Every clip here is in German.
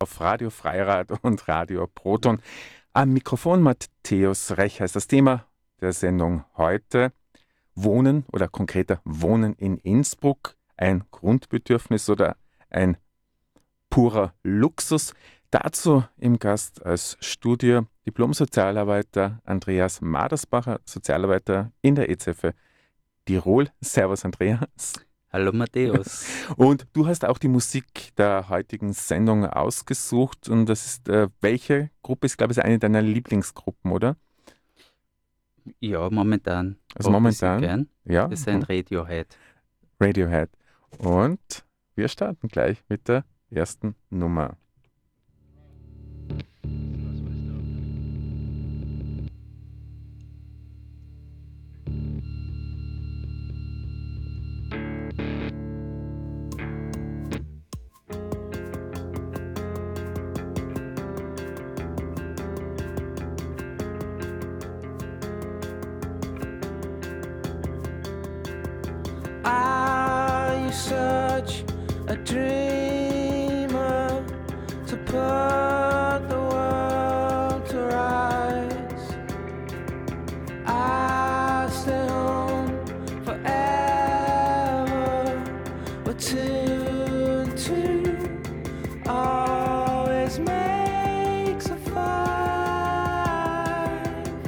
auf Radio Freirad und Radio Proton. Am Mikrofon Matthäus Rech heißt das Thema der Sendung heute. Wohnen oder konkreter Wohnen in Innsbruck, ein Grundbedürfnis oder ein purer Luxus. Dazu im Gast als Studio Diplom-Sozialarbeiter Andreas Madersbacher, Sozialarbeiter in der EZF Tirol. Servus Andreas. Hallo Matthäus. Und du hast auch die Musik der heutigen Sendung ausgesucht und das ist, welche Gruppe ist, glaube ich, eine deiner Lieblingsgruppen, oder? Ja, momentan. Also momentan? Gern. Ja. Das ist ein Radiohead. Radiohead. Und wir starten gleich mit der ersten Nummer. Are you such a dreamer to put the world to rights? I stay home forever, but two and two always makes a five.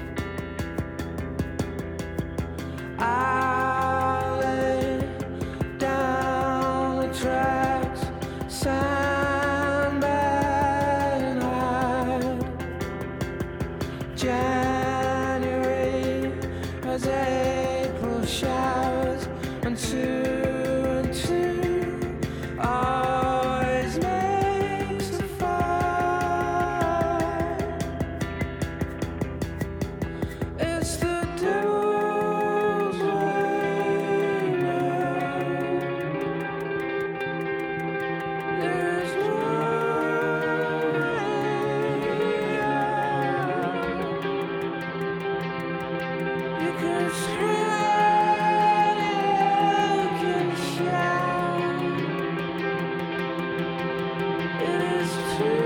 I'll lay down the tracks, sandbag and hide. January has April showers, and two always makes a five. It's the devil's way now. There's no way out. You can scream, you can shout. It is too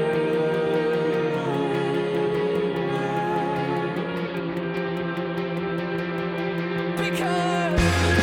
late now. Because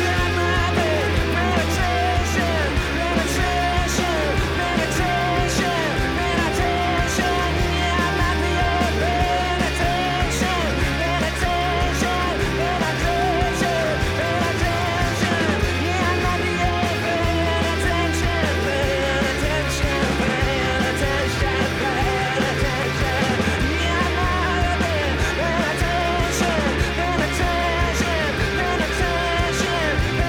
meditation, meditation, meditation, meditation. Yeah, I'm at the old meditation, meditation, meditation, meditation. Yeah, I'm at the old meditation, meditation, meditation, meditation. Yeah, I'm at the meditation, meditation, meditation,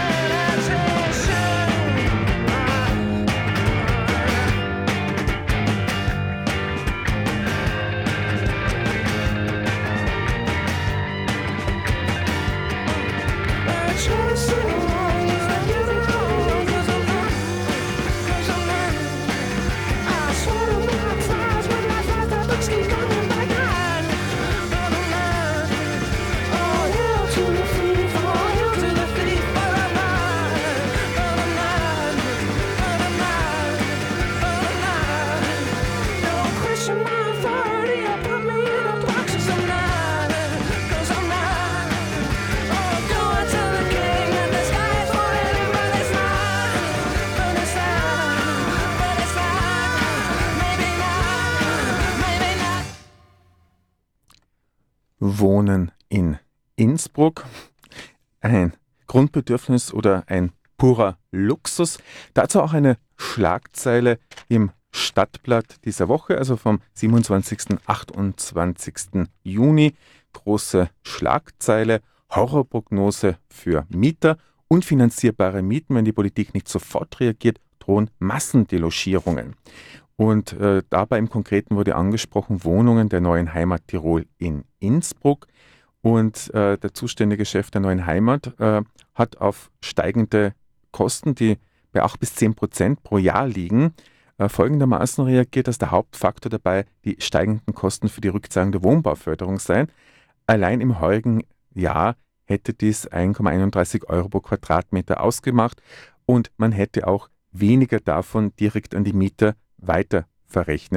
Wohnen in Innsbruck, ein Grundbedürfnis oder ein purer Luxus. Dazu auch eine Schlagzeile im Stadtblatt dieser Woche, also vom 27. 28. Juni. Große Schlagzeile, Horrorprognose für Mieter. Unfinanzierbare Mieten, wenn die Politik nicht sofort reagiert, drohen Massendelogierungen. Und dabei im Konkreten wurde angesprochen Wohnungen der Neuen Heimat Tirol in Innsbruck. Und der zuständige Chef der Neuen Heimat hat auf steigende Kosten, die bei 8-10% pro Jahr liegen, folgendermaßen reagiert, dass der Hauptfaktor dabei die steigenden Kosten für die Rückzahlung der Wohnbauförderung seien. Allein im heurigen Jahr hätte dies 1,31 Euro pro Quadratmeter ausgemacht und man hätte auch weniger davon direkt an die Mieter weiter verrechnet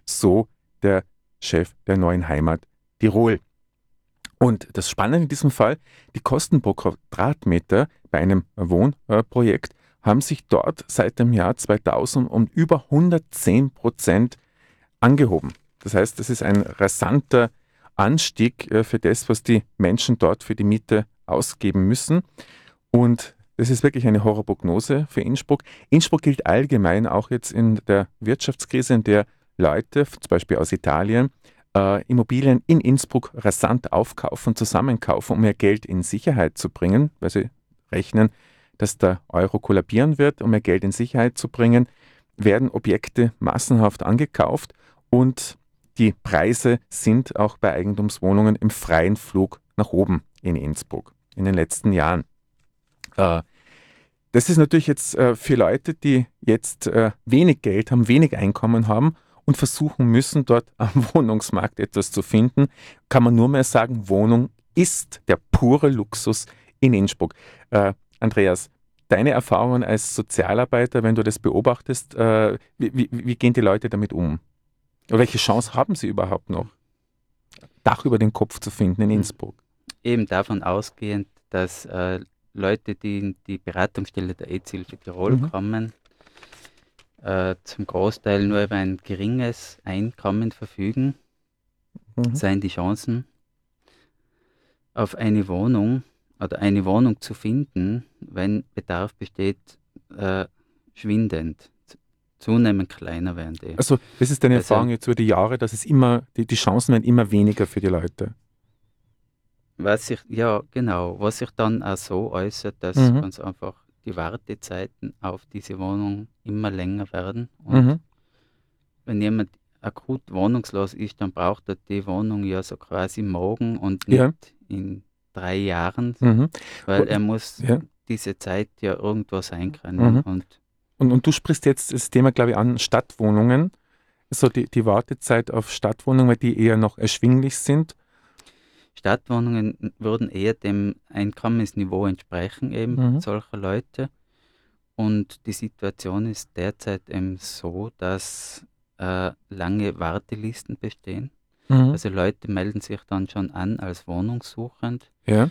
so der Chef der Neuen Heimat Tirol. Und das Spannende in diesem Fall, die Kosten pro Quadratmeter bei einem Wohnprojekt haben sich dort seit dem Jahr 2000 um über 110% angehoben. Das heißt, das ist ein rasanter Anstieg für das, was die Menschen dort für die Miete ausgeben müssen. Und das ist wirklich eine Horrorprognose für Innsbruck. Innsbruck gilt allgemein auch jetzt in der Wirtschaftskrise, in der Leute, zum Beispiel aus Italien, Immobilien in Innsbruck rasant aufkaufen, zusammenkaufen, um ihr Geld in Sicherheit zu bringen, weil sie rechnen, dass der Euro kollabieren wird. Um ihr Geld in Sicherheit zu bringen, werden Objekte massenhaft angekauft und die Preise sind auch bei Eigentumswohnungen im freien Flug nach oben in Innsbruck in den letzten Jahren. Das ist natürlich jetzt für Leute, die jetzt wenig Geld haben, wenig Einkommen haben und versuchen müssen, dort am Wohnungsmarkt etwas zu finden, kann man nur mehr sagen, Wohnung ist der pure Luxus in Innsbruck. Andreas, deine Erfahrungen als Sozialarbeiter, wenn du das beobachtest, wie gehen die Leute damit um? Oder welche Chance haben sie überhaupt noch, Dach über den Kopf zu finden in Innsbruck? Eben davon ausgehend, dass Leute, die in die Beratungsstelle der AIDS-Hilfe Tirol kommen, zum Großteil nur über ein geringes Einkommen verfügen, seien die Chancen, auf eine Wohnung oder eine Wohnung zu finden, wenn Bedarf besteht, schwindend, zunehmend kleiner werden die. Also das ist deine Also- Erfahrung jetzt über die Jahre, dass es immer, die Chancen werden immer weniger für die Leute. Was sich dann auch so äußert, dass Mhm. ganz einfach die Wartezeiten auf diese Wohnung immer länger werden. Und Mhm. wenn jemand akut wohnungslos ist, dann braucht er die Wohnung ja so quasi morgen und nicht Ja. in 3 Jahren, Mhm. weil er muss Ja. diese Zeit ja irgendwo sein können. Mhm. Und Und du sprichst jetzt das Thema, glaube ich, an Stadtwohnungen, so die Wartezeit auf Stadtwohnungen, weil die eher noch erschwinglich sind. Stadtwohnungen würden eher dem Einkommensniveau entsprechen, eben Mhm. solcher Leute. Und die Situation ist derzeit eben so, dass lange Wartelisten bestehen. Mhm. Also Leute melden sich dann schon an als wohnungssuchend. Ja.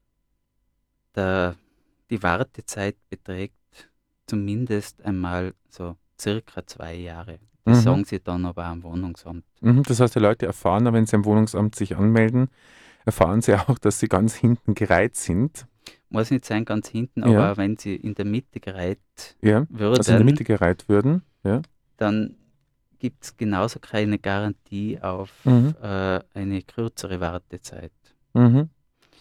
Die Wartezeit beträgt zumindest einmal so circa 2 Jahre. Das Mhm. sagen sie dann aber am Wohnungsamt. Mhm. Das heißt, die Leute erfahren, wenn sie am Wohnungsamt sich anmelden, erfahren sie auch, dass sie ganz hinten gereiht sind. Muss nicht sein ganz hinten, Ja. aber wenn sie in der Mitte gereiht Ja. würden, Also in der Mitte gereiht würden. Ja. dann gibt es genauso keine Garantie auf Mhm. eine kürzere Wartezeit. Mhm.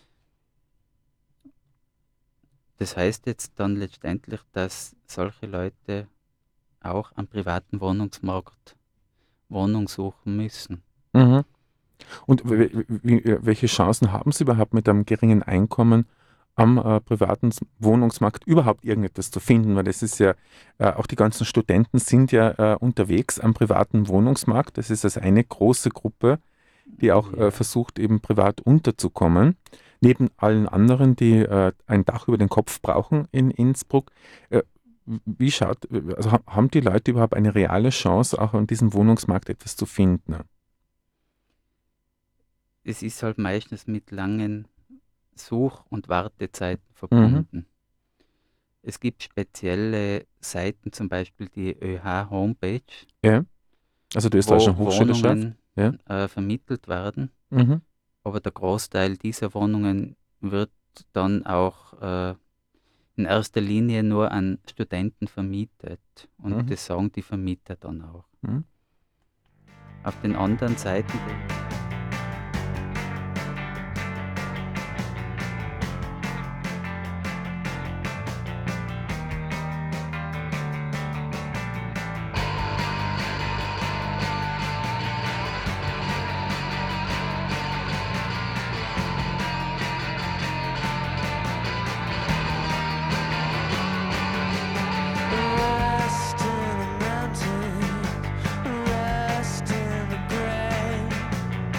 Das heißt jetzt dann letztendlich, dass solche Leute auch am privaten Wohnungsmarkt Wohnung suchen müssen. Mhm. Und welche Chancen haben Sie überhaupt mit einem geringen Einkommen am privaten Wohnungsmarkt überhaupt irgendetwas zu finden? Weil das ist ja, auch die ganzen Studenten sind ja unterwegs am privaten Wohnungsmarkt. Das ist also eine große Gruppe, die auch Ja. versucht, eben privat unterzukommen. Neben allen anderen, die ein Dach über den Kopf brauchen in Innsbruck. Also haben die Leute überhaupt eine reale Chance, auch an diesem Wohnungsmarkt etwas zu finden? Es ist halt meistens mit langen Such- und Wartezeiten verbunden. Es gibt spezielle Seiten, zum Beispiel die ÖH-Homepage, Ja. Also die österreichische wo Hochschülerschaft. Wohnungen vermittelt werden. Mhm. Aber der Großteil dieser Wohnungen wird dann auch in erster Linie nur an Studenten vermietet. Und Mhm. das sagen die Vermieter dann auch. Mhm. Auf den anderen Seiten, Rest in the mountain, rest in the grave.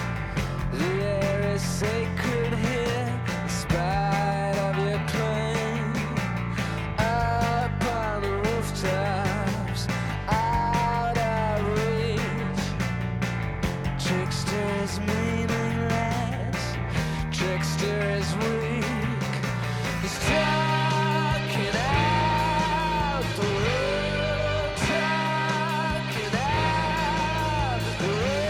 is meaningless. Trickster is weak. He's talking out the world, talking out the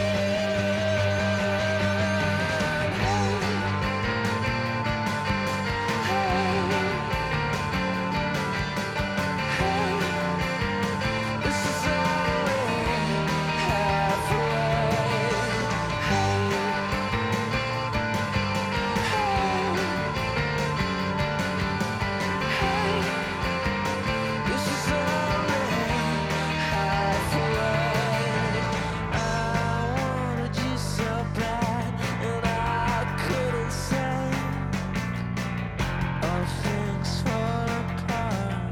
This is only This is only halfway. I wanted you so bad, and I couldn't say. All things fall apart.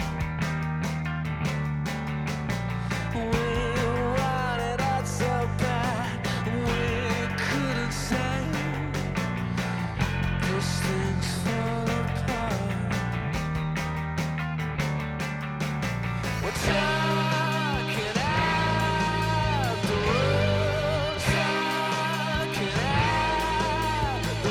We wanted it so bad, we couldn't say. These things fall apart. We're talking out the world, talking out the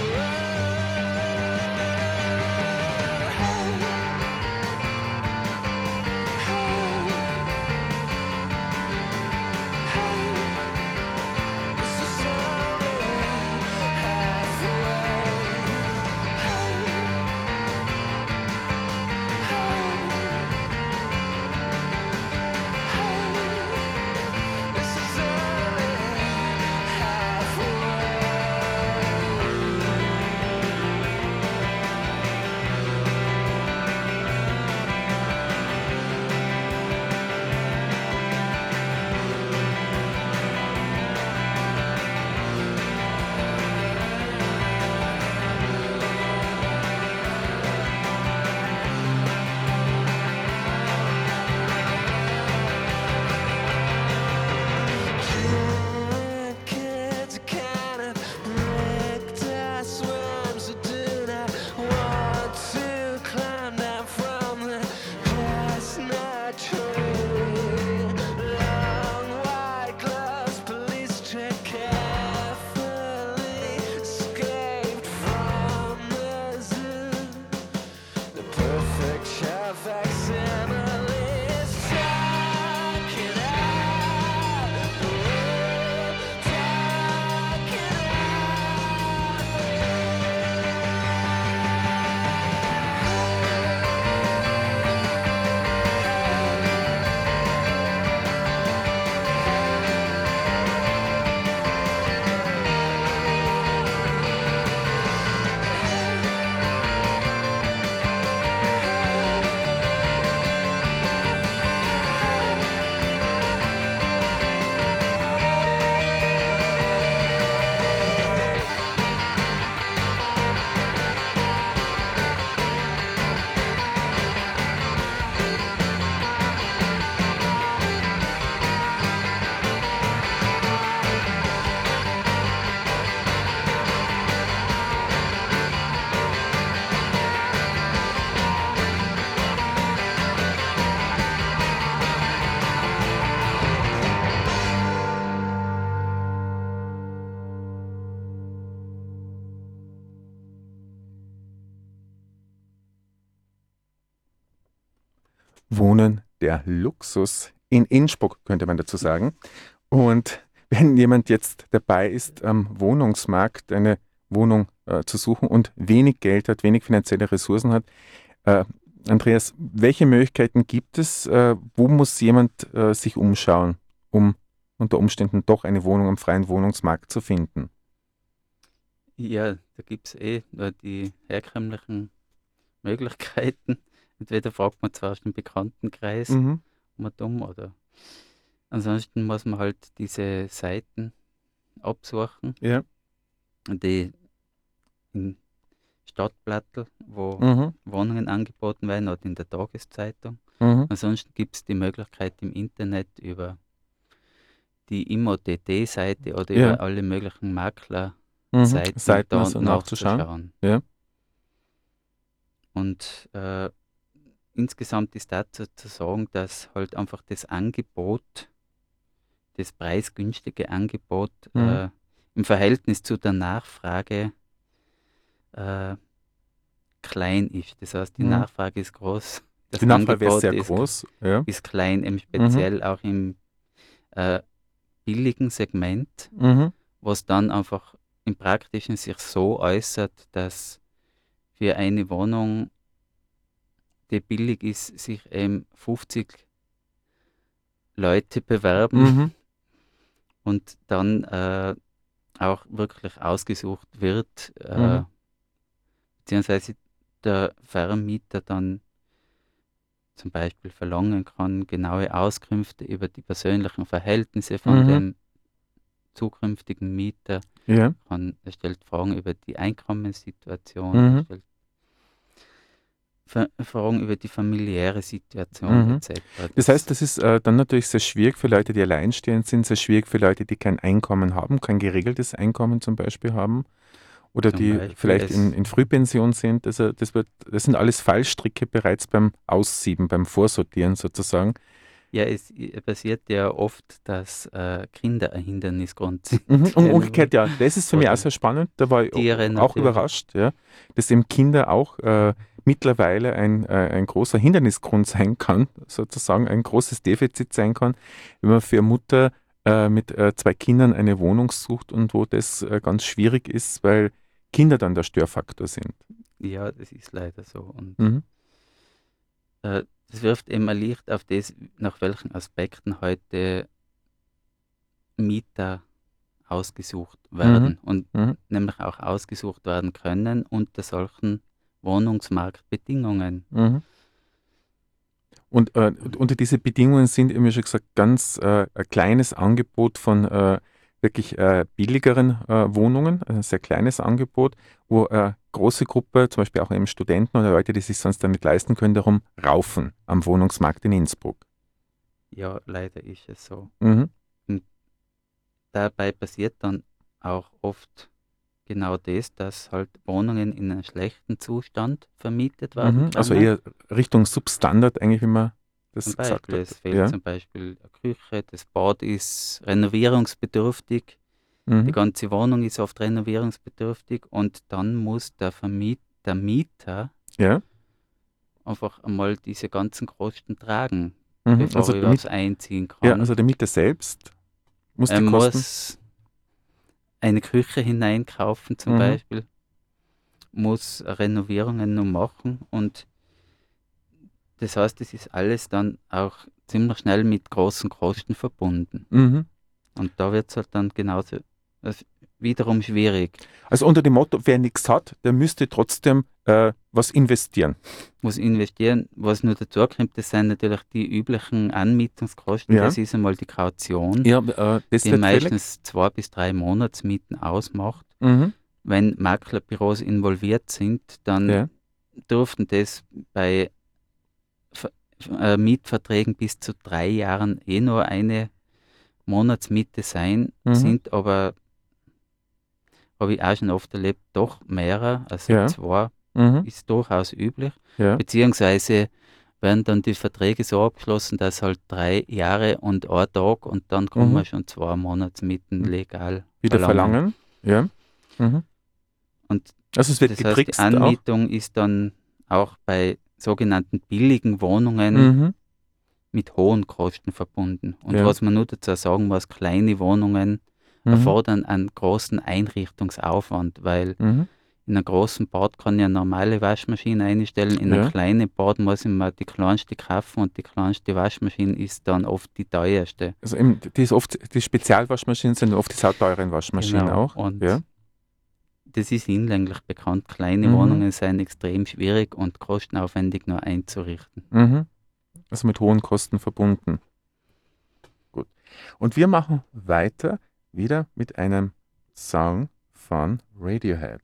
This is only halfway. This is only Kids kind of wrecked our swims. We do not want to climb down from the chestnut tree. Long white gloves, police tread carefully. Escaped from the zoo. The perfect child facsimile is talking out the world, talking Wohnen der Luxus in Innsbruck, könnte man dazu sagen. Und wenn jemand jetzt dabei ist, am Wohnungsmarkt eine Wohnung zu suchen und wenig Geld hat, wenig finanzielle Ressourcen hat, Andreas, welche Möglichkeiten gibt es? Wo muss jemand sich umschauen, um unter Umständen doch eine Wohnung am freien Wohnungsmarkt zu finden? Ja, da gibt es nur die herkömmlichen Möglichkeiten. Entweder fragt man zuerst den Bekanntenkreis, Mhm. oder ansonsten muss man halt diese Seiten absuchen, Ja. die in Stadtblättl, wo Mhm. Wohnungen angeboten werden, oder in der Tageszeitung. Mhm. Ansonsten gibt es die Möglichkeit im Internet über die Immo.tt-Seite oder Ja. über alle möglichen Maklerseiten Mhm. Seiten da also nachzuschauen. nachzuschauen. Ja. Und insgesamt ist dazu zu sagen, dass halt einfach das Angebot, das preisgünstige Angebot Mhm. im Verhältnis zu der Nachfrage klein ist. Das heißt, die Mhm. Nachfrage ist groß, das Die Nachfrage wäre Angebot sehr ist, groß. Ja. ist klein, eben speziell auch im billigen Segment, Mhm. was dann einfach im Praktischen sich so äußert, dass für eine Wohnung, die billig ist, sich eben 50 Leute bewerben Mhm. und dann auch wirklich ausgesucht wird, Mhm. beziehungsweise der Vermieter dann zum Beispiel verlangen kann, genaue Auskünfte über die persönlichen Verhältnisse von Mhm. dem zukünftigen Mieter. Ja. Er stellt Fragen über die Einkommenssituation, er Mhm. stellt Fragen über die familiäre Situation Mhm. etc. Das heißt, das ist dann natürlich sehr schwierig für Leute, die alleinstehend sind, sehr schwierig für Leute, die kein Einkommen haben, kein geregeltes Einkommen zum Beispiel haben oder Zum die Beispiel vielleicht in Frühpension sind. Also das sind alles Fallstricke bereits beim Aussieben, beim Vorsortieren sozusagen. ja, es passiert ja oft, dass Kinder ein Hindernisgrund sind. Und umgekehrt, ja, das ist für mich auch Oder sehr spannend. Da war ich Tiere auch natürlich. überrascht, ja, dass eben Kinder auch mittlerweile ein großer Hindernisgrund sein kann, sozusagen ein großes Defizit sein kann, wenn man für eine Mutter mit 2 Kindern eine Wohnung sucht und wo das ganz schwierig ist, weil Kinder dann der Störfaktor sind. Ja, das ist leider so. Und Mhm. das wirft eben ein Licht auf das, nach welchen Aspekten heute Mieter ausgesucht werden und Mhm. nämlich auch ausgesucht werden können unter solchen Wohnungsmarktbedingungen. Mhm. Und unter diese Bedingungen sind, eben wie schon gesagt, ganz ein kleines Angebot von wirklich billigeren Wohnungen, ein sehr kleines Angebot, wo eine große Gruppe, zum Beispiel auch eben Studenten oder Leute, die sich sonst damit leisten können, darum raufen am Wohnungsmarkt in Innsbruck. Ja, leider ist es so. Mhm. Dabei passiert dann auch oft genau das, dass halt Wohnungen in einem schlechten Zustand vermietet werden Also können. eher Richtung Substandard eigentlich, wie man das Zum gesagt Beispiel, hat. es fehlt Ja. zum Beispiel eine Küche, das Bad ist renovierungsbedürftig, die Mhm. ganze Wohnung ist oft renovierungsbedürftig und dann muss der Mieter Ja. einfach einmal diese ganzen Kosten tragen, Mhm. bevor Also er damit, überhaupt einziehen ja, kann. also der Mieter selbst muss Er die Kosten. muss eine Küche hineinkaufen zum Mhm. Beispiel, muss Renovierungen noch machen und das heißt, es ist alles dann auch ziemlich schnell mit großen Kosten verbunden. Mhm. Und da wird es halt dann genauso wiederum schwierig. Also unter dem Motto, wer nichts hat, der müsste trotzdem was investieren. Muss investieren. Was nur dazu kommt, das sind natürlich die üblichen Anmietungskosten. Ja. Das ist einmal die Kaution, Ja, das die wird fällig. meistens 2 bis 3 Monatsmieten ausmacht. Mhm. Wenn Maklerbüros involviert sind, dann Ja. dürften das bei Mietverträgen bis zu 3 Jahren nur eine Monatsmiete sein, Mhm. sind aber, habe ich auch schon oft erlebt, doch mehrere, also Ja. 2 Mhm. ist durchaus üblich, Ja. beziehungsweise werden dann die Verträge so abgeschlossen, dass halt 3 Jahre und ein Tag und dann kann Mhm. man schon 2 Monatsmieten Mhm. legal Wieder verlangen. Ja. Mhm. Und Also es wird das heißt, die getrickst auch. Anmietung ist dann auch bei sogenannten billigen Wohnungen Mhm. mit hohen Kosten verbunden. Und Ja. was man nur dazu sagen muss, kleine Wohnungen Mhm. erfordern einen großen Einrichtungsaufwand, weil Mhm. in einem großen Bad kann ich eine normale Waschmaschine einstellen, in einem Ja. kleinen Bad muss ich mir die kleinste kaufen und die kleinste Waschmaschine ist dann oft die teuerste. Also eben, die Spezialwaschmaschinen sind oft die sauteuren Waschmaschinen Genau. auch. Und Ja. das ist hinlänglich bekannt. Kleine Mhm. Wohnungen sind extrem schwierig und kostenaufwendig nur einzurichten. Mhm. Also mit hohen Kosten verbunden. Gut. Und wir machen weiter wieder mit einem Song von Radiohead.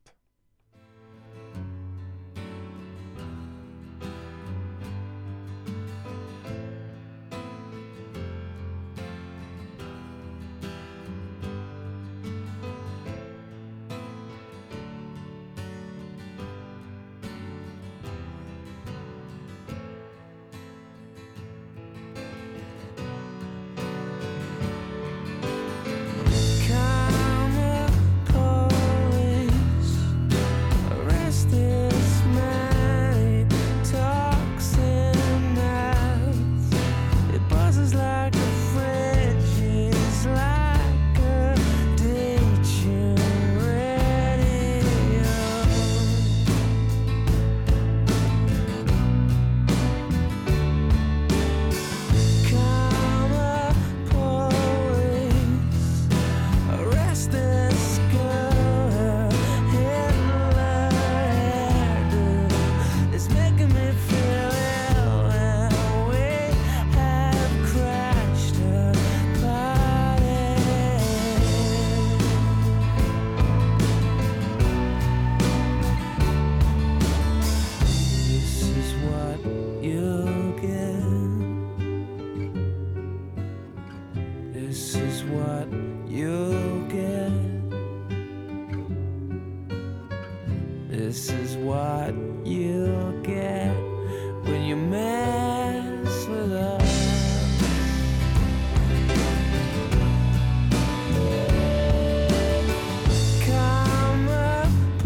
Come This is what you'll get when you mess with us. Karma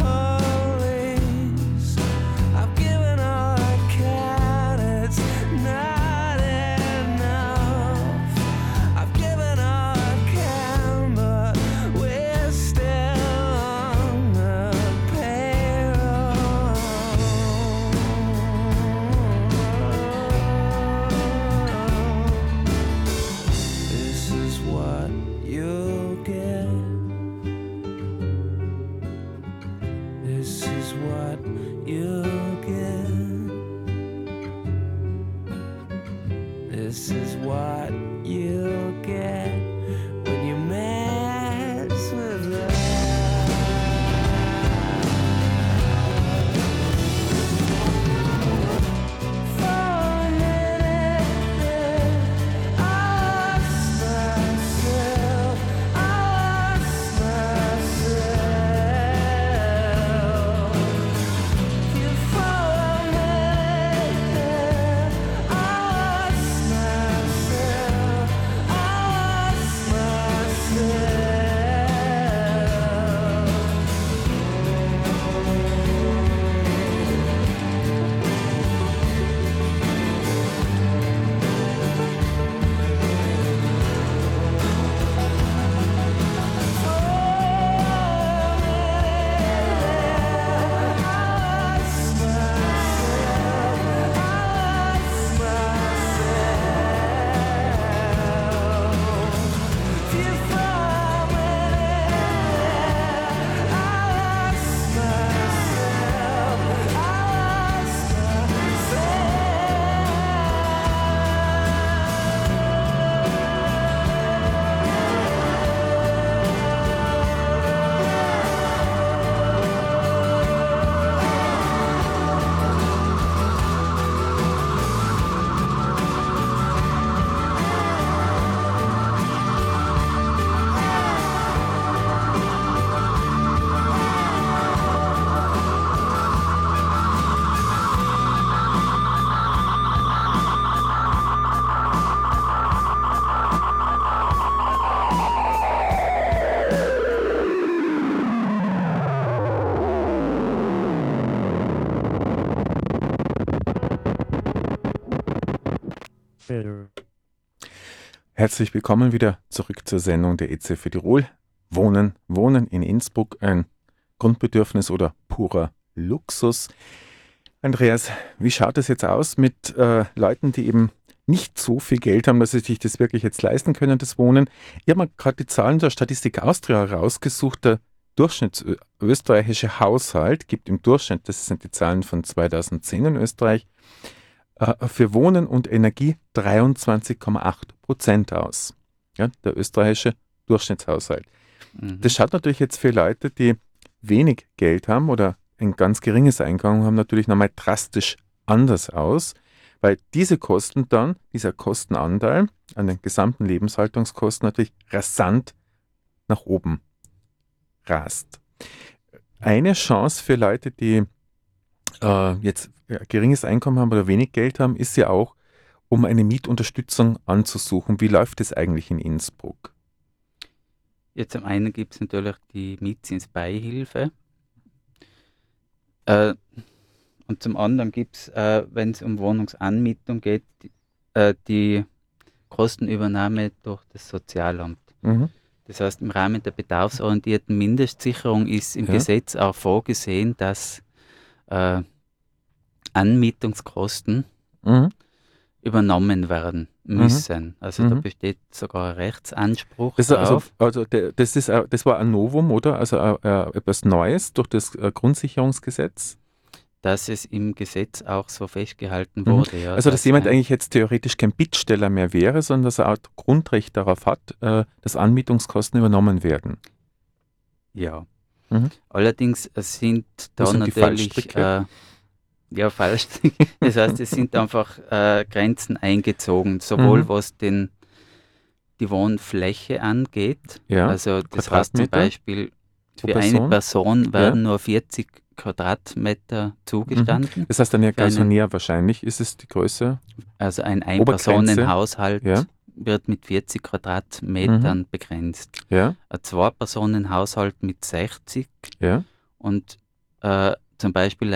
police, I've given all I can, it's not enough. I've given all I can, but we're still on the payroll. This is what you'll get. This is what you'll get. This is what you'll get when you mess with us. For a minute there, I lost myself. I lost myself. You for a minute there, I lost myself. I lost myself. Herzlich willkommen wieder zurück zur Sendung der EZ für Tirol. Wohnen in Innsbruck, ein Grundbedürfnis oder purer Luxus. Andreas, wie schaut es jetzt aus mit Leuten, die eben nicht so viel Geld haben, dass sie sich das wirklich jetzt leisten können, das Wohnen? Ich habe mir gerade die Zahlen der Statistik Austria rausgesucht. Der durchschnittsösterreichische Haushalt gibt im Durchschnitt, das sind die Zahlen von 2010 in Österreich, für Wohnen und Energie 23,8% aus. Ja, der österreichische Durchschnittshaushalt. Das schaut natürlich jetzt für Leute, die wenig Geld haben oder ein ganz geringes Einkommen haben, natürlich nochmal drastisch anders aus, weil diese Kosten dann, dieser Kostenanteil an den gesamten Lebenshaltungskosten natürlich rasant nach oben rast. Eine Chance für Leute, die jetzt geringes Einkommen haben oder wenig Geld haben, ist ja auch, um eine Mietunterstützung anzusuchen. Wie läuft es eigentlich in Innsbruck? Ja, zum einen gibt es natürlich die Mietzinsbeihilfe. Und zum anderen gibt es, wenn es um Wohnungsanmietung geht, die Kostenübernahme durch das Sozialamt. Das heißt, im Rahmen der bedarfsorientierten Mindestsicherung ist im Gesetz auch vorgesehen, dass Anmietungskosten übernommen werden müssen. Also da besteht sogar ein Rechtsanspruch das drauf. Das war ein Novum, oder? Also etwas Neues durch das Grundsicherungsgesetz? Dass es im Gesetz auch so festgehalten wurde. Ja, also dass jemand eigentlich jetzt theoretisch kein Bittsteller mehr wäre, sondern dass er auch Grundrecht darauf hat, dass Anmietungskosten übernommen werden. Ja. Allerdings sind da sind die natürlich Fallstricke. Das heißt, es sind einfach Grenzen eingezogen, sowohl was die Wohnfläche angeht. Ja, Also das heißt zum Beispiel, für eine Person werden nur 40 Quadratmeter zugestanden. Das heißt, eine Für einen- Garsonier wahrscheinlich ist es die Größe. Also ein Obergrenze. Ein-Personen-Haushalt Ja. wird mit 40 Quadratmetern begrenzt. Ja, Ein Zwei-Personen-Haushalt mit 60 ja. und zum Beispiel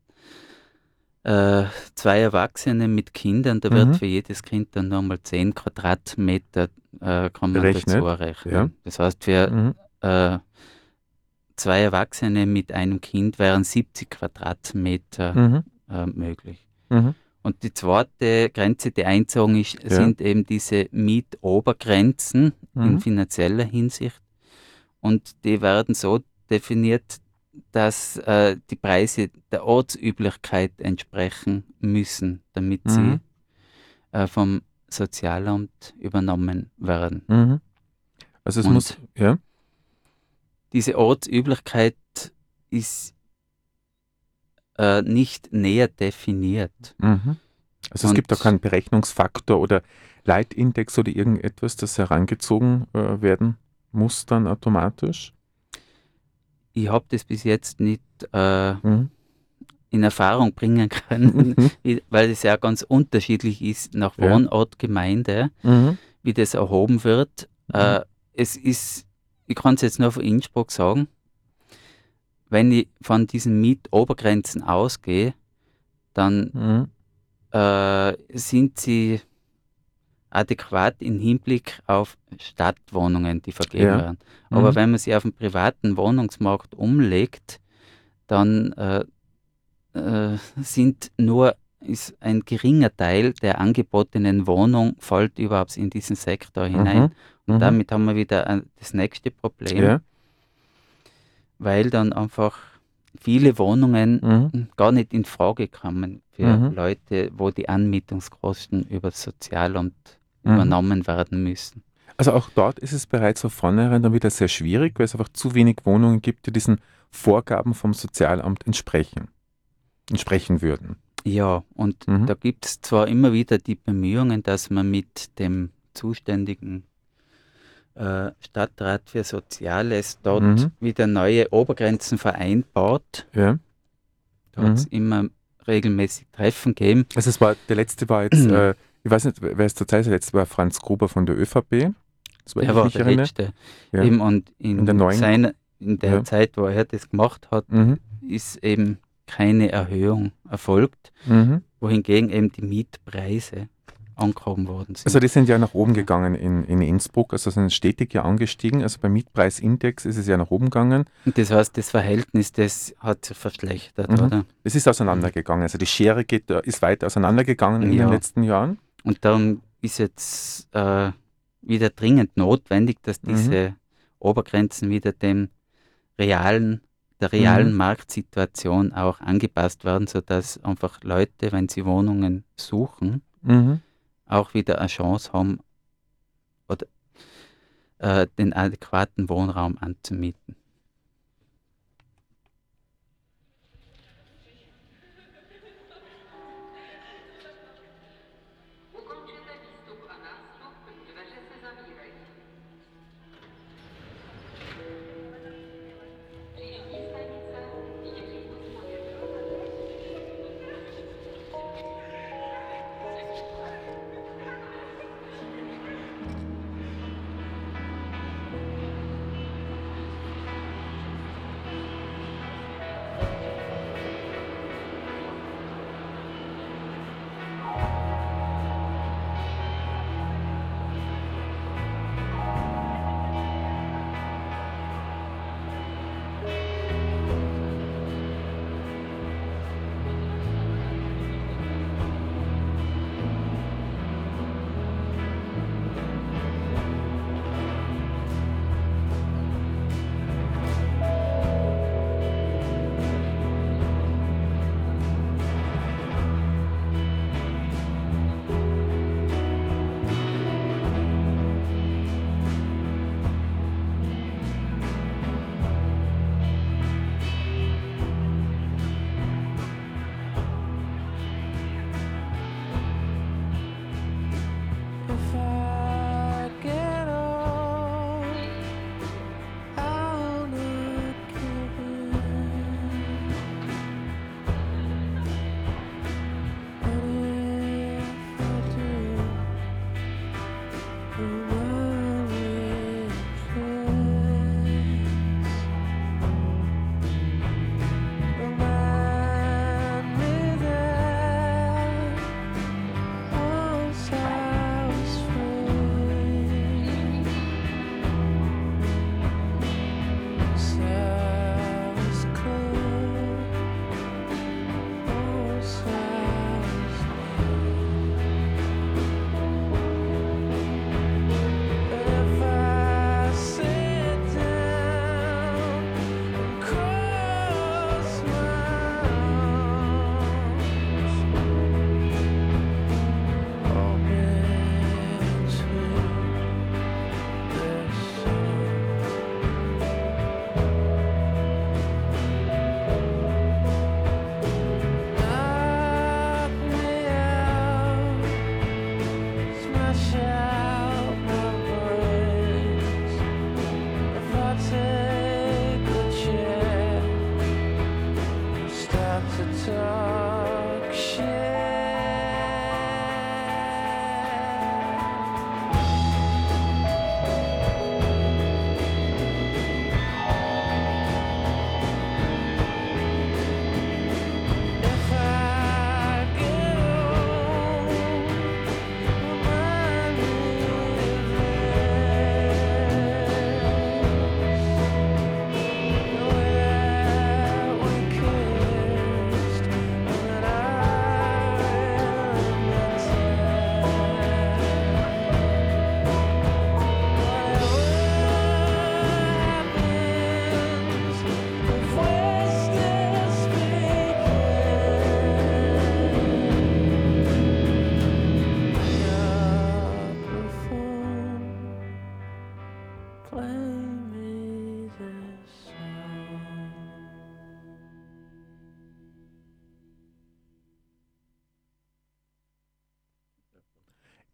zwei Erwachsene mit Kindern, da wird für jedes Kind dann nochmal 10 Quadratmeter kann man Berechnet, dazu rechnen. ja. Das heißt, für Mhm. zwei Erwachsene mit einem Kind wären 70 Quadratmeter Mhm. möglich. Mhm. Und die zweite Grenze, die einzogen ist, sind eben diese Mietobergrenzen in finanzieller Hinsicht. Und die werden so definiert, dass die Preise der Ortsüblichkeit entsprechen müssen, damit sie vom Sozialamt übernommen werden. Mhm. Also es Und muss, ja. diese Ortsüblichkeit ist nicht näher definiert. Mhm. Also es gibt Und- auch keinen Berechnungsfaktor oder Leitindex oder irgendetwas, das herangezogen werden muss dann automatisch. Ich habe das bis jetzt nicht Mhm. in Erfahrung bringen können, weil es ja ganz unterschiedlich ist nach Ja. Wohnort, Gemeinde, Mhm. wie das erhoben wird. Es ist, ich kann es jetzt nur von Innsbruck sagen, wenn ich von diesen Mietobergrenzen ausgehe, dann Mhm. sind sie adäquat im Hinblick auf Stadtwohnungen, die vergeben Ja. werden. Aber Mhm. wenn man sie auf den privaten Wohnungsmarkt umlegt, dann ist ein geringer Teil der angebotenen Wohnung fällt überhaupt in diesen Sektor hinein. Und Mhm. damit haben wir wieder das nächste Problem, Ja. weil dann einfach viele Wohnungen Mhm. gar nicht in Frage kommen für Mhm. Leute, wo die Anmietungskosten über das Sozialamt Mhm. übernommen werden müssen. Also auch dort ist es bereits von vornherein dann wieder sehr schwierig, weil es einfach zu wenig Wohnungen gibt, die diesen Vorgaben vom Sozialamt entsprechen würden. Ja, und Mhm. da gibt es zwar immer wieder die Bemühungen, dass man mit dem zuständigen Stadtrat für Soziales dort wieder neue Obergrenzen vereinbart. Ja. Da hat es immer regelmäßig Treffen gegeben. Also der letzte war jetzt, ich weiß nicht, wer es zur Zeit, der letzte war Franz Gruber von der ÖVP. Das Der war der letzte. Ja. Eben, und In der neuen- in der Ja. Zeit, wo er das gemacht hat, ist eben keine Erhöhung erfolgt, wohingegen eben die Mietpreise angehoben worden sind. Also die sind ja nach oben gegangen in Innsbruck, also sind stetig ja angestiegen. Also beim Mietpreisindex ist es ja nach oben gegangen. Und das heißt, das Verhältnis, das hat sich verschlechtert, oder? Es ist auseinandergegangen. Also die Schere ist weiter auseinandergegangen in Ja. den letzten Jahren. Und darum ist jetzt wieder dringend notwendig, dass diese Obergrenzen wieder der realen Marktsituation auch angepasst werden, sodass einfach Leute, wenn sie Wohnungen suchen, auch wieder eine Chance haben, oder, den adäquaten Wohnraum anzumieten.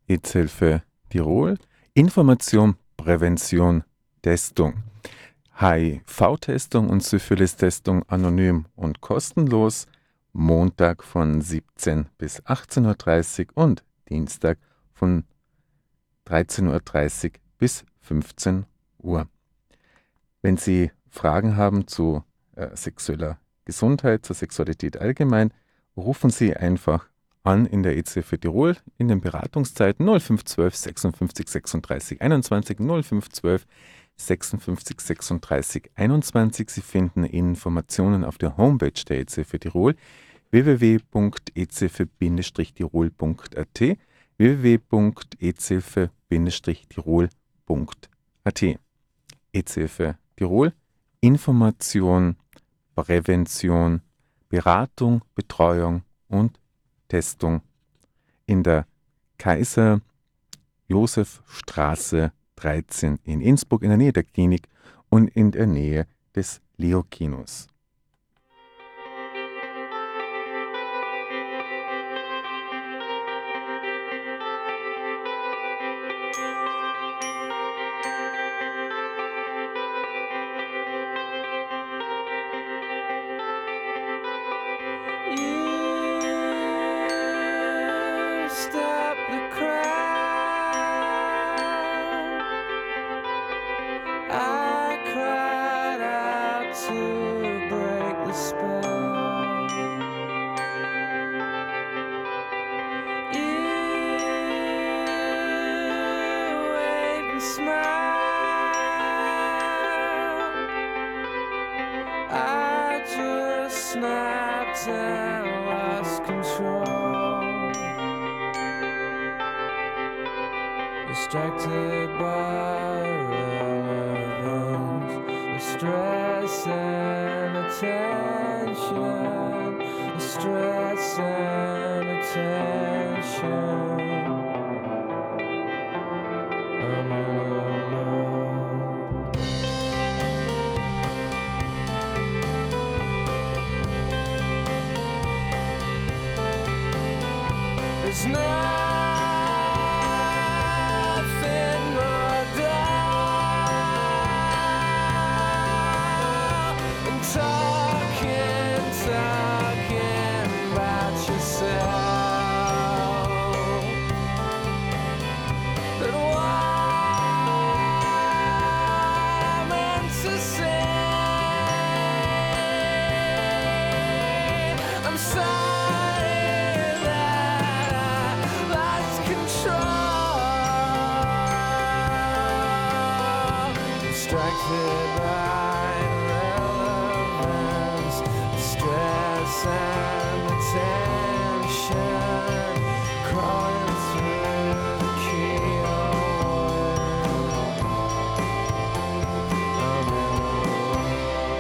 EZ-Hilfe Tirol. Information, Prävention, Testung. HIV-Testung und Syphilis-Testung anonym und kostenlos. Montag von 17 bis 18:30 Uhr und Dienstag von 13:30 Uhr bis 15 Uhr. Wenn Sie Fragen haben zu sexueller Gesundheit, zur Sexualität allgemein, rufen Sie einfach an in der EZ-Hilfe Tirol in den Beratungszeiten 0512 56 36 21 0512 56 36 21. Sie finden Informationen auf der Homepage der EZ-Hilfe Tirol www.ezhilfe-tirol.at www.ezhilfe-tirol.at EZ-Hilfe Tirol. Information, Prävention, Beratung, Betreuung und Testung in der Kaiser-Josef-Straße 13 in Innsbruck, in der Nähe der Klinik und in der Nähe des Leo-Kinos. You stop the crowd. I cried out to break the spell. You wave and smile. I just snapped and lost control. Distracted by irrelevance, the stress and attention, the stress and attention. I'm alone. There's nothing more dull than talking about yourself. But what I meant to say, I'm sorry that I lost control. Distracted by irrelevance, stress and attention, crawling through the keyhole. I'm alone.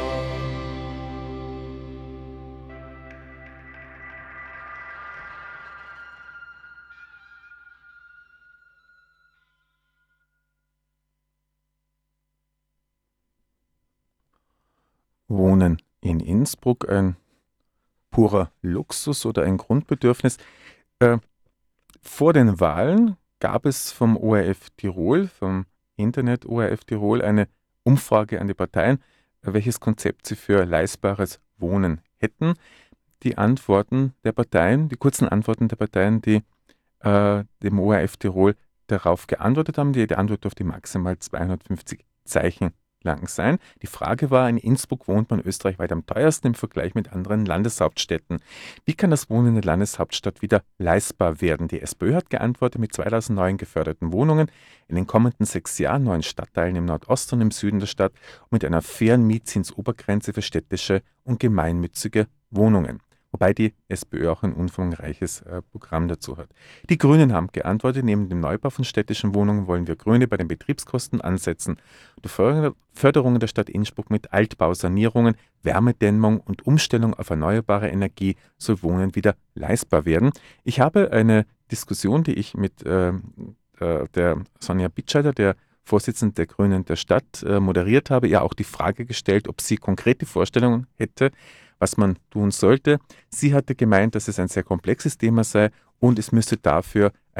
Wohnen in Innsbruck ein purer Luxus oder ein Grundbedürfnis? Vor den Wahlen gab es vom ORF Tirol, vom Internet ORF Tirol, eine Umfrage an die Parteien, welches Konzept sie für leistbares Wohnen hätten. Die Antworten der Parteien, die kurzen Antworten der Parteien, die dem ORF Tirol darauf geantwortet haben, die Antwort durfte maximal 250 Zeichen lang sein. Die Frage war, in Innsbruck wohnt man österreichweit am teuersten im Vergleich mit anderen Landeshauptstädten. Wie kann das Wohnen in der Landeshauptstadt wieder leistbar werden? Die SPÖ hat geantwortet mit 2000 neuen geförderten Wohnungen in den kommenden 6 Jahren, neuen Stadtteilen im Nordosten und im Süden der Stadt und mit einer fairen Mietzinsobergrenze für städtische und gemeinnützige Wohnungen. Wobei die SPÖ auch ein umfangreiches Programm dazu hat. Die Grünen haben geantwortet, neben dem Neubau von städtischen Wohnungen wollen wir Grüne bei den Betriebskosten ansetzen. Die Förderung der Stadt Innsbruck mit Altbausanierungen, Wärmedämmung und Umstellung auf erneuerbare Energie soll Wohnen wieder leistbar werden. Ich habe eine Diskussion, die ich mit der Sonja Bitscheider, der Vorsitzenden der Grünen der Stadt, moderiert habe, ihr auch die Frage gestellt, ob sie konkrete Vorstellungen hätte, was man tun sollte. Sie hatte gemeint, dass es ein sehr komplexes Thema sei und es müsste dafür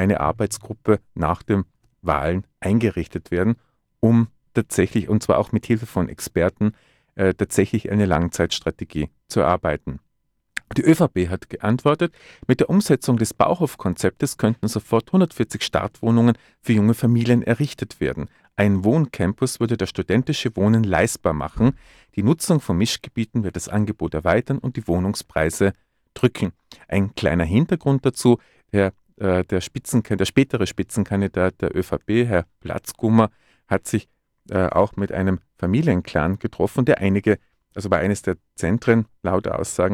eine Arbeitsgruppe nach den Wahlen eingerichtet werden, um tatsächlich, und zwar auch mit Hilfe von Experten, tatsächlich eine Langzeitstrategie zu erarbeiten. Die ÖVP hat geantwortet, mit der Umsetzung des Bauhof-Konzeptes könnten sofort 140 Startwohnungen für junge Familien errichtet werden. Ein Wohncampus würde das studentische Wohnen leistbar machen. Die Nutzung von Mischgebieten wird das Angebot erweitern und die Wohnungspreise drücken. Ein kleiner Hintergrund dazu, der spätere Spitzenkandidat der ÖVP, Herr Platzgummer, hat sich auch mit einem Familienclan getroffen, der war eines der Zentren, laut Aussagen,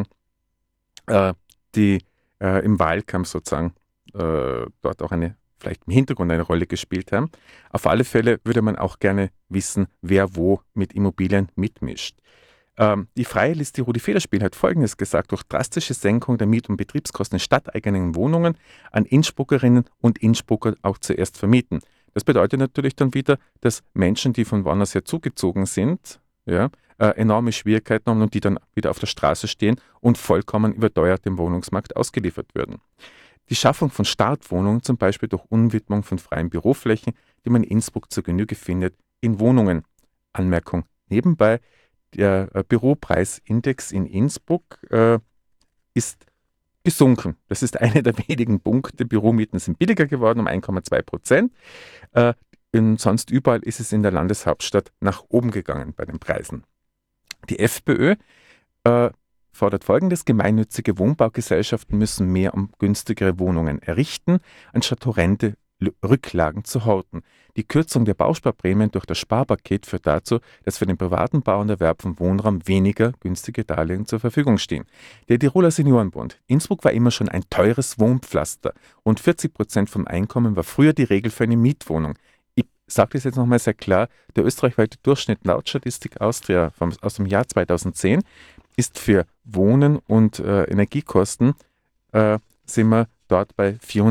die im Wahlkampf sozusagen dort auch vielleicht im Hintergrund eine Rolle gespielt haben. Auf alle Fälle würde man auch gerne wissen, wer wo mit Immobilien mitmischt. Die Freie Liste Rudi Federspiel hat Folgendes gesagt: Durch drastische Senkung der Miet- und Betriebskosten in stadteigenen Wohnungen an Innsbruckerinnen und Innsbrucker auch zuerst vermieten. Das bedeutet natürlich dann wieder, dass Menschen, die von woanders her zugezogen sind, enorme Schwierigkeiten haben und die dann wieder auf der Straße stehen und vollkommen überteuert dem Wohnungsmarkt ausgeliefert würden. Die Schaffung von Startwohnungen, zum Beispiel durch Umwidmung von freien Büroflächen, die man in Innsbruck zur Genüge findet, in Wohnungen. Anmerkung nebenbei: Der Büropreisindex in Innsbruck ist gesunken. Das ist einer der wenigen Punkte. Büromieten sind billiger geworden um 1,2%. Sonst überall ist es in der Landeshauptstadt nach oben gegangen bei den Preisen. Die FPÖ fordert Folgendes: Gemeinnützige Wohnbaugesellschaften müssen mehr und günstigere Wohnungen errichten, anstatt horrende Rücklagen zu horten. Die Kürzung der Bausparprämien durch das Sparpaket führt dazu, dass für den privaten Bau und Erwerb von Wohnraum weniger günstige Darlehen zur Verfügung stehen. Der Tiroler Seniorenbund: Innsbruck war immer schon ein teures Wohnpflaster und 40% vom Einkommen war früher die Regel für eine Mietwohnung. Ich sage das jetzt nochmal sehr klar: Der österreichweite Durchschnitt laut Statistik Austria aus dem Jahr 2010 ist für Wohnen und Energiekosten sind wir dort bei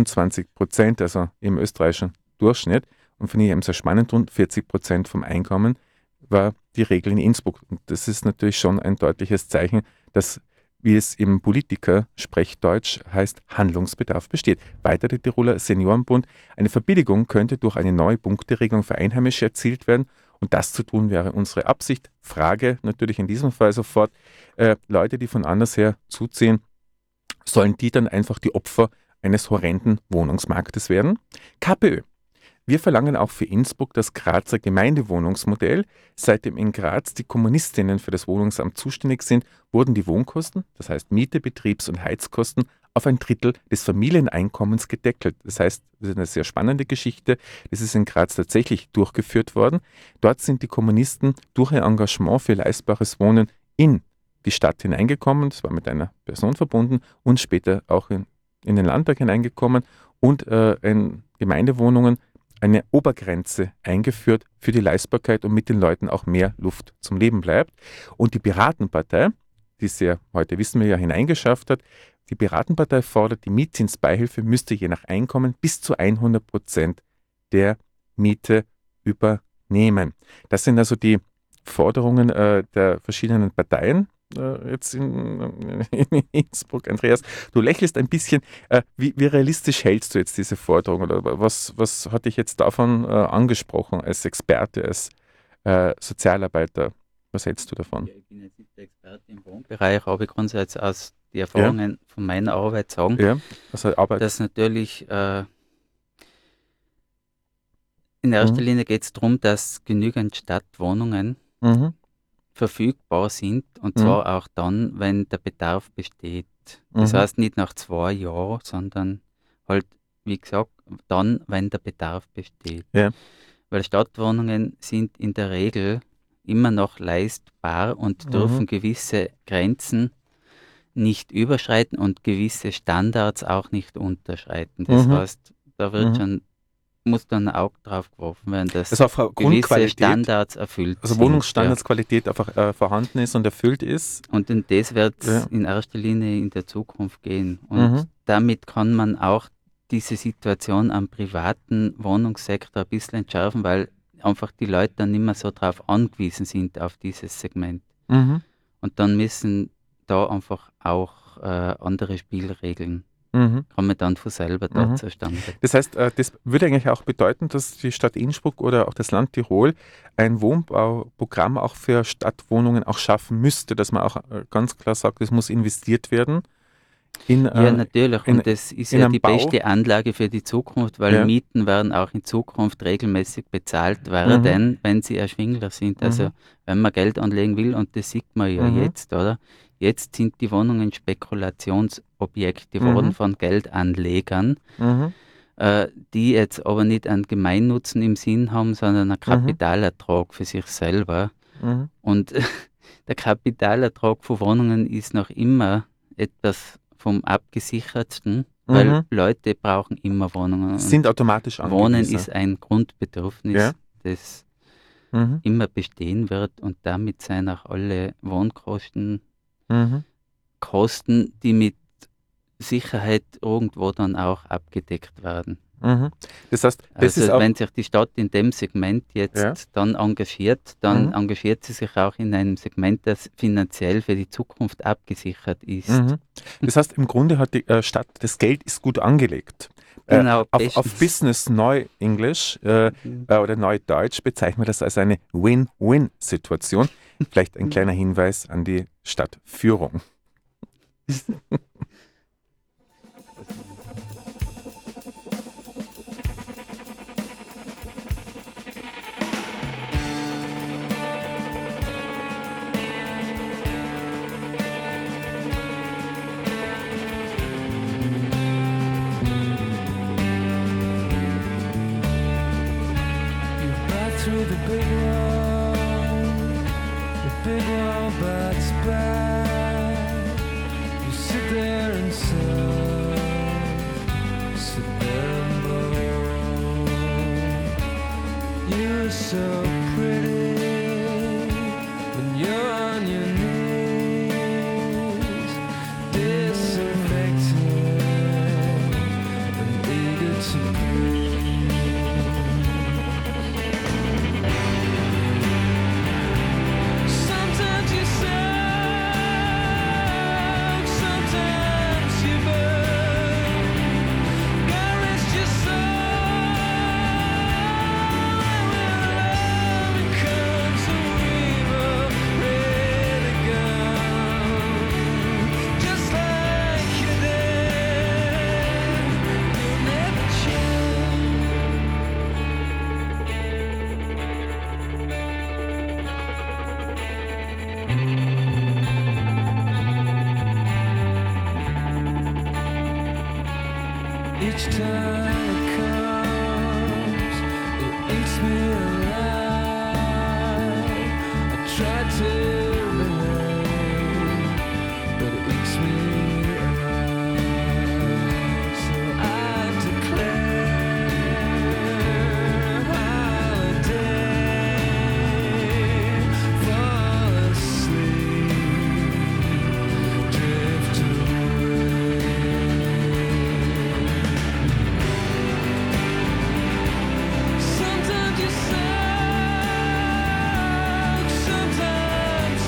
24%, also im österreichischen Durchschnitt. Und finde ich eben sehr spannend, rund 40% vom Einkommen war die Regel in Innsbruck. Und das ist natürlich schon ein deutliches Zeichen, dass, wie es im Politiker-Sprechdeutsch heißt, Handlungsbedarf besteht. Weiter der Tiroler Seniorenbund: Eine Verbilligung könnte durch eine neue Punkteregelung für Einheimische erzielt werden. Und das zu tun wäre unsere Absicht. Frage natürlich in diesem Fall sofort: Leute, die von anders her zuziehen, sollen die dann einfach die Opfer eines horrenden Wohnungsmarktes werden? KPÖ: Wir verlangen auch für Innsbruck das Grazer Gemeindewohnungsmodell. Seitdem in Graz die Kommunistinnen für das Wohnungsamt zuständig sind, wurden die Wohnkosten, das heißt Miete, Betriebs- und Heizkosten, auf 1/3 des Familieneinkommens gedeckelt. Das heißt, das ist eine sehr spannende Geschichte. Das ist in Graz tatsächlich durchgeführt worden. Dort sind die Kommunisten durch ihr Engagement für leistbares Wohnen in die Stadt hineingekommen. Das war mit einer Person verbunden und später auch in den Landtag hineingekommen und in Gemeindewohnungen eine Obergrenze eingeführt für die Leistbarkeit, und mit den Leuten auch mehr Luft zum Leben bleibt. Und die Piratenpartei, die es ja heute, wissen wir ja, hineingeschafft hat, die Piratenpartei fordert, die Mietzinsbeihilfe müsste je nach Einkommen bis zu 100% der Miete übernehmen. Das sind also die Forderungen der verschiedenen Parteien jetzt in Innsbruck. Andreas, du lächelst ein bisschen. Wie realistisch hältst du jetzt diese Forderung? Oder was hat dich jetzt davon angesprochen als Experte, als Sozialarbeiter? Was hältst du davon? Ja, ich bin jetzt nicht der Experte im Wohnbereich, aber ich kann es jetzt aus den Erfahrungen von meiner Arbeit sagen, Ja, also Arbeit. dass natürlich in erster Linie geht es darum, dass genügend Stadtwohnungen verfügbar sind, und zwar auch dann, wenn der Bedarf besteht. Das heißt nicht nach 2 Jahren, sondern halt, wie gesagt, dann, wenn der Bedarf besteht. Ja. Weil Stadtwohnungen sind in der Regel immer noch leistbar und dürfen gewisse Grenzen nicht überschreiten und gewisse Standards auch nicht unterschreiten. Das heißt, da wird muss dann ein Auge drauf geworfen werden, dass Also auf gewisse Grundqualität, Standards erfüllt also sind. Wohnungsstandardsqualität einfach vorhanden ist und erfüllt ist. Und in das wird es in erster Linie in der Zukunft gehen. Und damit kann man auch diese Situation am privaten Wohnungssektor ein bisschen entschärfen, weil einfach die Leute dann nicht mehr so darauf angewiesen sind, auf dieses Segment. Und dann müssen da einfach auch andere Spielregeln kommen dann von selber da zustande. Das heißt, das würde eigentlich auch bedeuten, dass die Stadt Innsbruck oder auch das Land Tirol ein Wohnbauprogramm auch für Stadtwohnungen auch schaffen müsste, dass man auch ganz klar sagt, es muss investiert werden. Ja, natürlich. in- Und das ist in ja einem die Bau. beste Anlage für die Zukunft, weil Ja. Mieten werden auch in Zukunft regelmäßig bezahlt werden, wenn sie erschwinglich sind. Also wenn man Geld anlegen will, und das sieht man ja jetzt, oder? Jetzt sind die Wohnungen Spekulationsobjekte geworden von Geldanlegern, die jetzt aber nicht einen Gemeinnutzen im Sinn haben, sondern einen Kapitalertrag für sich selber. Und der Kapitalertrag von Wohnungen ist noch immer etwas vom abgesichertsten, weil Leute brauchen immer Wohnungen. Und Sind automatisch angewiesen. Wohnen ist ein Grundbedürfnis, Ja. das immer bestehen wird, und damit sind auch alle Wohnkosten Kosten, die mit Sicherheit irgendwo dann auch abgedeckt werden. Das heißt, das ist Also auch, wenn sich die Stadt in dem Segment jetzt dann engagiert, dann engagiert sie sich auch in einem Segment, das finanziell für die Zukunft abgesichert ist. das heißt, im Grunde hat die Stadt, das Geld ist gut angelegt. Genau, Auf Business Neu-Englisch oder Neudeutsch bezeichnen wir das als eine Win-Win-Situation. Vielleicht ein kleiner Hinweis an die Stadtführung. You ride through the big wall bats back. You sit there and sit there and moan. You're so pretty when you're on your knees, disaffected and eager to breathe. Sometimes you sound, sometimes you burn. God rest your soul. When love becomes a river, ready to go. Just like you did, you'll never change. Each time it comes, it eats me alive. I try to relate, but it eats me alive. So I declare holiday, fall asleep, drift away. Sometimes you sound, sometimes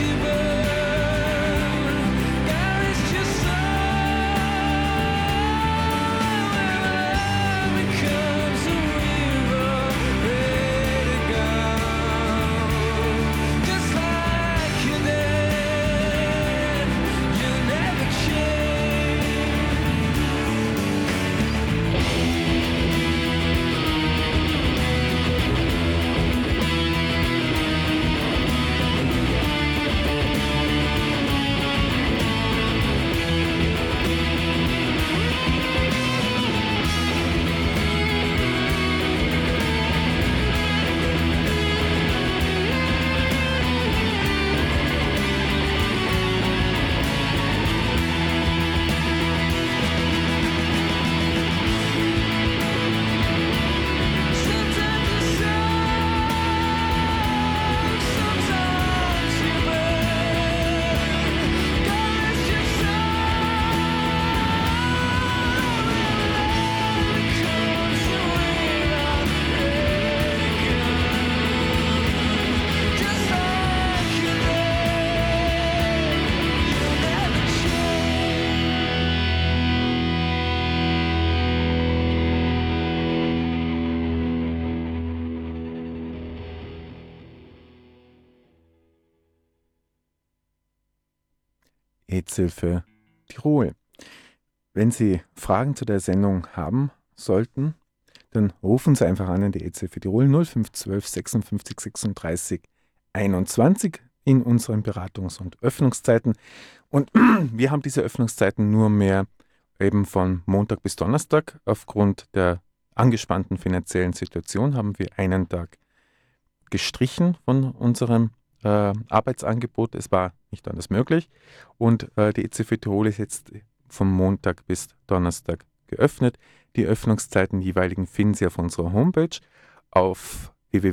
EZ-Hilfe Tirol. Wenn Sie Fragen zu der Sendung haben sollten, dann rufen Sie einfach an die EZ-Hilfe Tirol 0512 56 36 21 in unseren Beratungs- und Öffnungszeiten. Und wir haben diese Öffnungszeiten nur mehr eben von Montag bis Donnerstag. Aufgrund der angespannten finanziellen Situation haben wir einen Tag gestrichen von unserem Arbeitsangebot. Es war nicht anders möglich. Und die EZ-Hilfe Tirol ist jetzt vom Montag bis Donnerstag geöffnet. Die Öffnungszeiten jeweiligen finden Sie auf unserer Homepage auf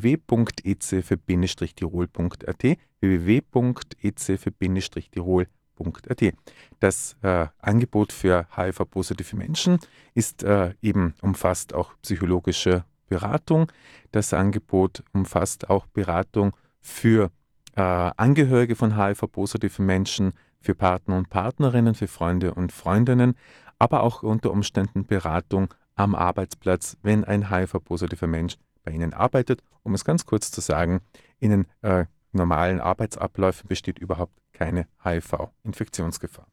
www.ecf-tirol.at www.ecf-tirol.at. Das Angebot für HIV-positive Menschen ist umfasst auch psychologische Beratung. Das Angebot umfasst auch Beratung für Angehörige von HIV-positiven Menschen, für Partner und Partnerinnen, für Freunde und Freundinnen, aber auch unter Umständen Beratung am Arbeitsplatz, wenn ein HIV-positiver Mensch bei Ihnen arbeitet. Um es ganz kurz zu sagen, in den normalen Arbeitsabläufen besteht überhaupt keine HIV-Infektionsgefahr.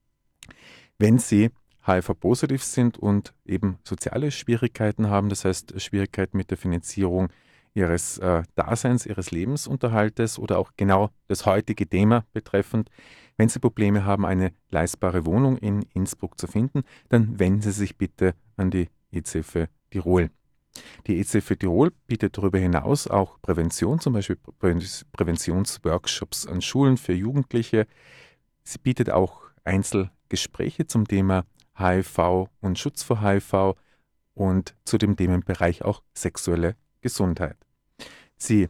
Wenn Sie HIV-positiv sind und eben soziale Schwierigkeiten haben, das heißt Schwierigkeiten mit der Finanzierung Ihres Daseins, Ihres Lebensunterhaltes oder auch genau das heutige Thema betreffend, wenn Sie Probleme haben, eine leistbare Wohnung in Innsbruck zu finden, dann wenden Sie sich bitte an die EZ-Hilfe Tirol. Die EZ-Hilfe Tirol bietet darüber hinaus auch Prävention, zum Beispiel Präventionsworkshops an Schulen für Jugendliche. Sie bietet auch Einzelgespräche zum Thema HIV und Schutz vor HIV und zu dem Themenbereich auch sexuelle Gesundheit. Sie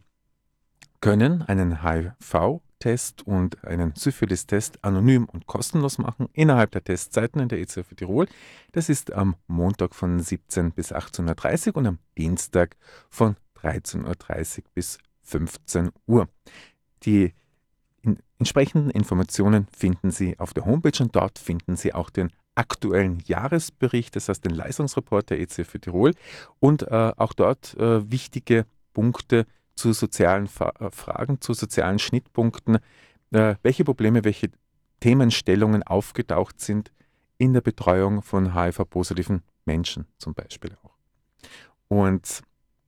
können einen HIV-Test und einen Syphilis-Test anonym und kostenlos machen innerhalb der Testzeiten in der EZ-Hilfe Tirol. Das ist am Montag von 17 bis 18:30 Uhr und am Dienstag von 13:30 bis 15 Uhr. Die entsprechenden Informationen finden Sie auf der Homepage und dort finden Sie auch den aktuellen Jahresbericht, das heißt den Leistungsreport der EZ-Hilfe Tirol und auch dort wichtige Punkte zu sozialen Fragen, zu sozialen Schnittpunkten, welche Probleme, welche Themenstellungen aufgetaucht sind in der Betreuung von HIV-positiven Menschen zum Beispiel auch. Und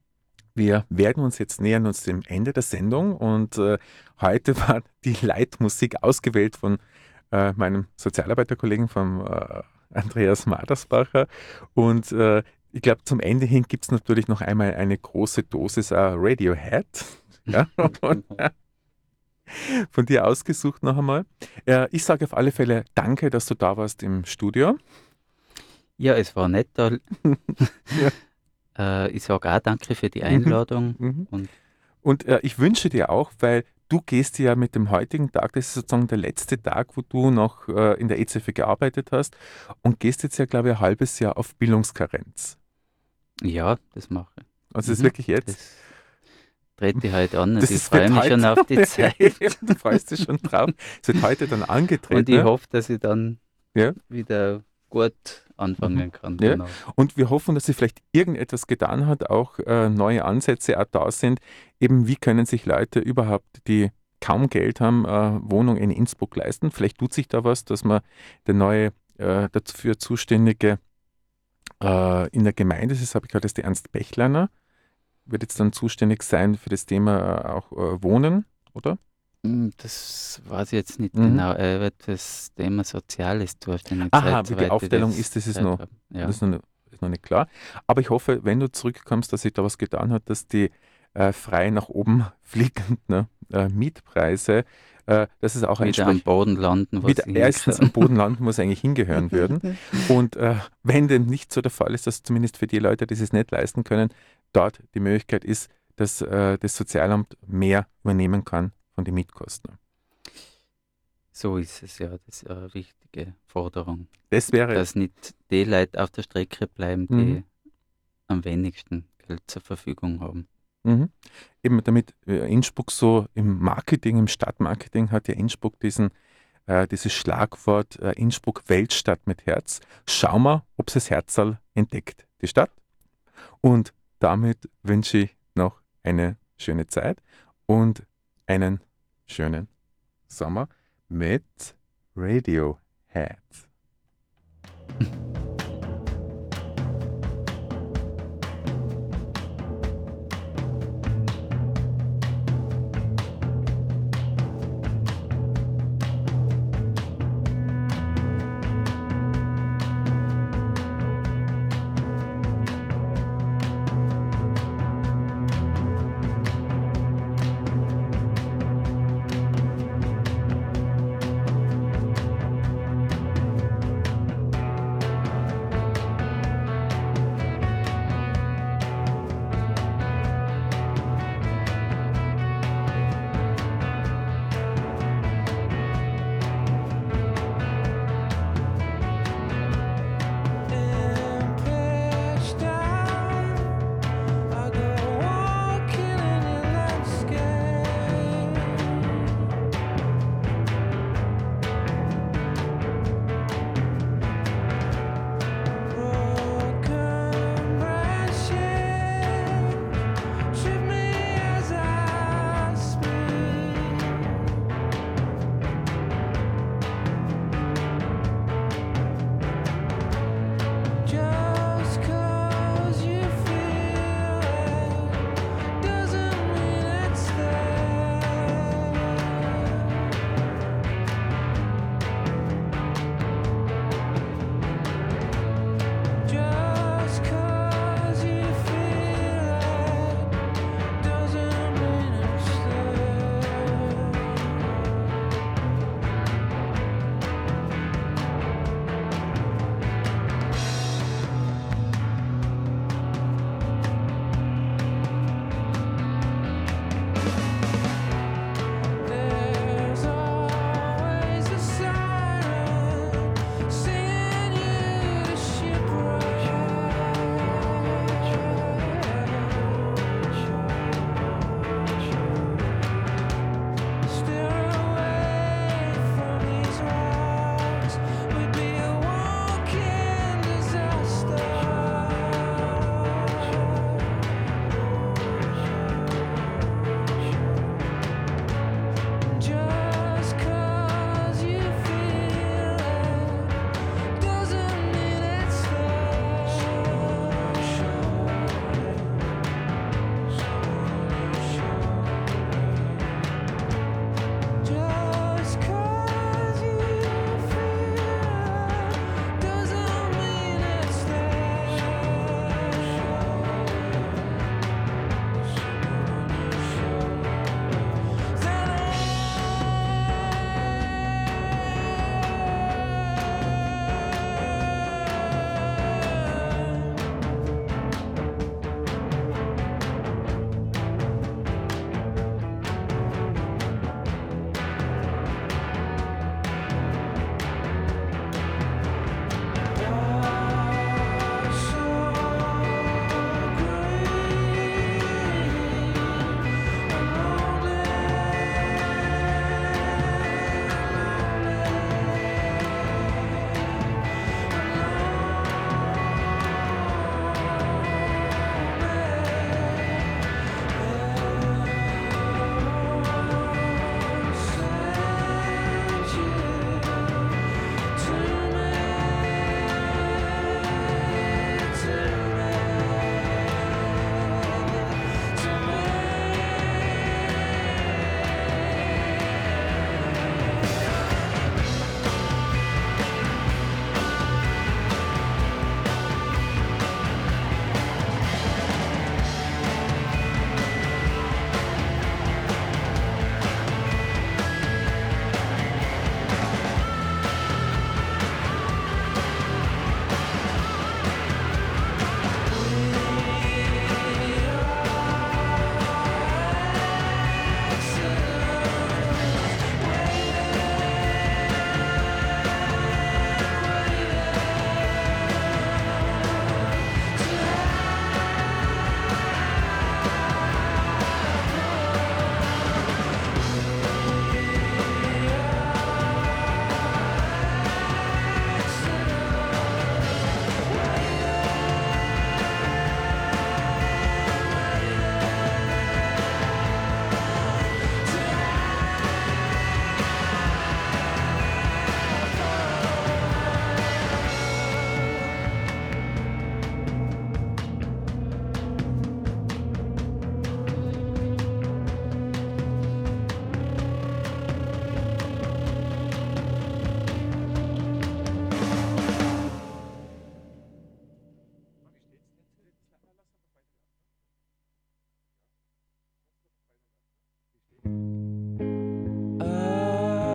wir werden uns jetzt nähern uns dem Ende der Sendung und heute war die Leitmusik ausgewählt von meinem Sozialarbeiterkollegen, von Andreas Madersbacher und ich glaube, zum Ende hin gibt es natürlich noch einmal eine große Dosis Radiohead. Ja? Von dir ausgesucht noch einmal. Ich sage auf alle Fälle danke, dass du da warst im Studio. Ja, es war nett da. Ja. Ich sage auch danke für die Einladung. Mhm. Und ich wünsche dir auch, weil du gehst ja mit dem heutigen Tag, das ist sozusagen der letzte Tag, wo du noch in der EZ-Hilfe gearbeitet hast und gehst jetzt ja, glaube ich, ein halbes Jahr auf Bildungskarenz. Ja, das mache ich. Also das ist wirklich jetzt? Das trete ich heute an und Das ich ist- freue wird mich heute- schon auf die Zeit. Du freust dich schon drauf. Es wird heute dann angetreten. Und ich ne? hoffe, dass ich dann Ja. wieder gut anfangen kann. Ja. Genau. Und wir hoffen, dass sich vielleicht irgendetwas getan hat, auch neue Ansätze auch da sind. Eben, wie können sich Leute überhaupt, die kaum Geld haben, Wohnung in Innsbruck leisten? Vielleicht tut sich da was, dass man der neue dafür Zuständige in der Gemeinde, das habe ich gehört, ist die Ernst Bechleiner, wird jetzt dann zuständig sein für das Thema auch Wohnen, oder? Das weiß ich jetzt nicht Mhm. genau. Er wird das Thema Soziales zuständig Aha, sein, wie die soweit ich Aufteilung das ist, das ist gehört noch, habe. Ja. das ist noch nicht klar. Aber ich hoffe, wenn du zurückkommst, dass sich da was getan hat, dass die frei nach oben fliegenden Mietpreise, dass es auch Wieder am Boden landen, was wieder ich erstens am Boden landen, wo sie eigentlich hingehören würden. Und wenn dem nicht so der Fall ist, dass zumindest für die Leute, die es nicht leisten können, dort die Möglichkeit ist, dass das Sozialamt mehr übernehmen kann von den Mietkosten. So ist es ja. Das ist eine wichtige Forderung. Das wäre Dass nicht die Leute auf der Strecke bleiben, die Mhm. am wenigsten Geld zur Verfügung haben. Eben damit Innsbruck so im Marketing, im Stadtmarketing hat ja Innsbruck dieses Schlagwort Innsbruck Weltstadt mit Herz. Schau mal, ob es das Herzl entdeckt, die Stadt. Und damit wünsche ich noch eine schöne Zeit und einen schönen Sommer mit Radiohead.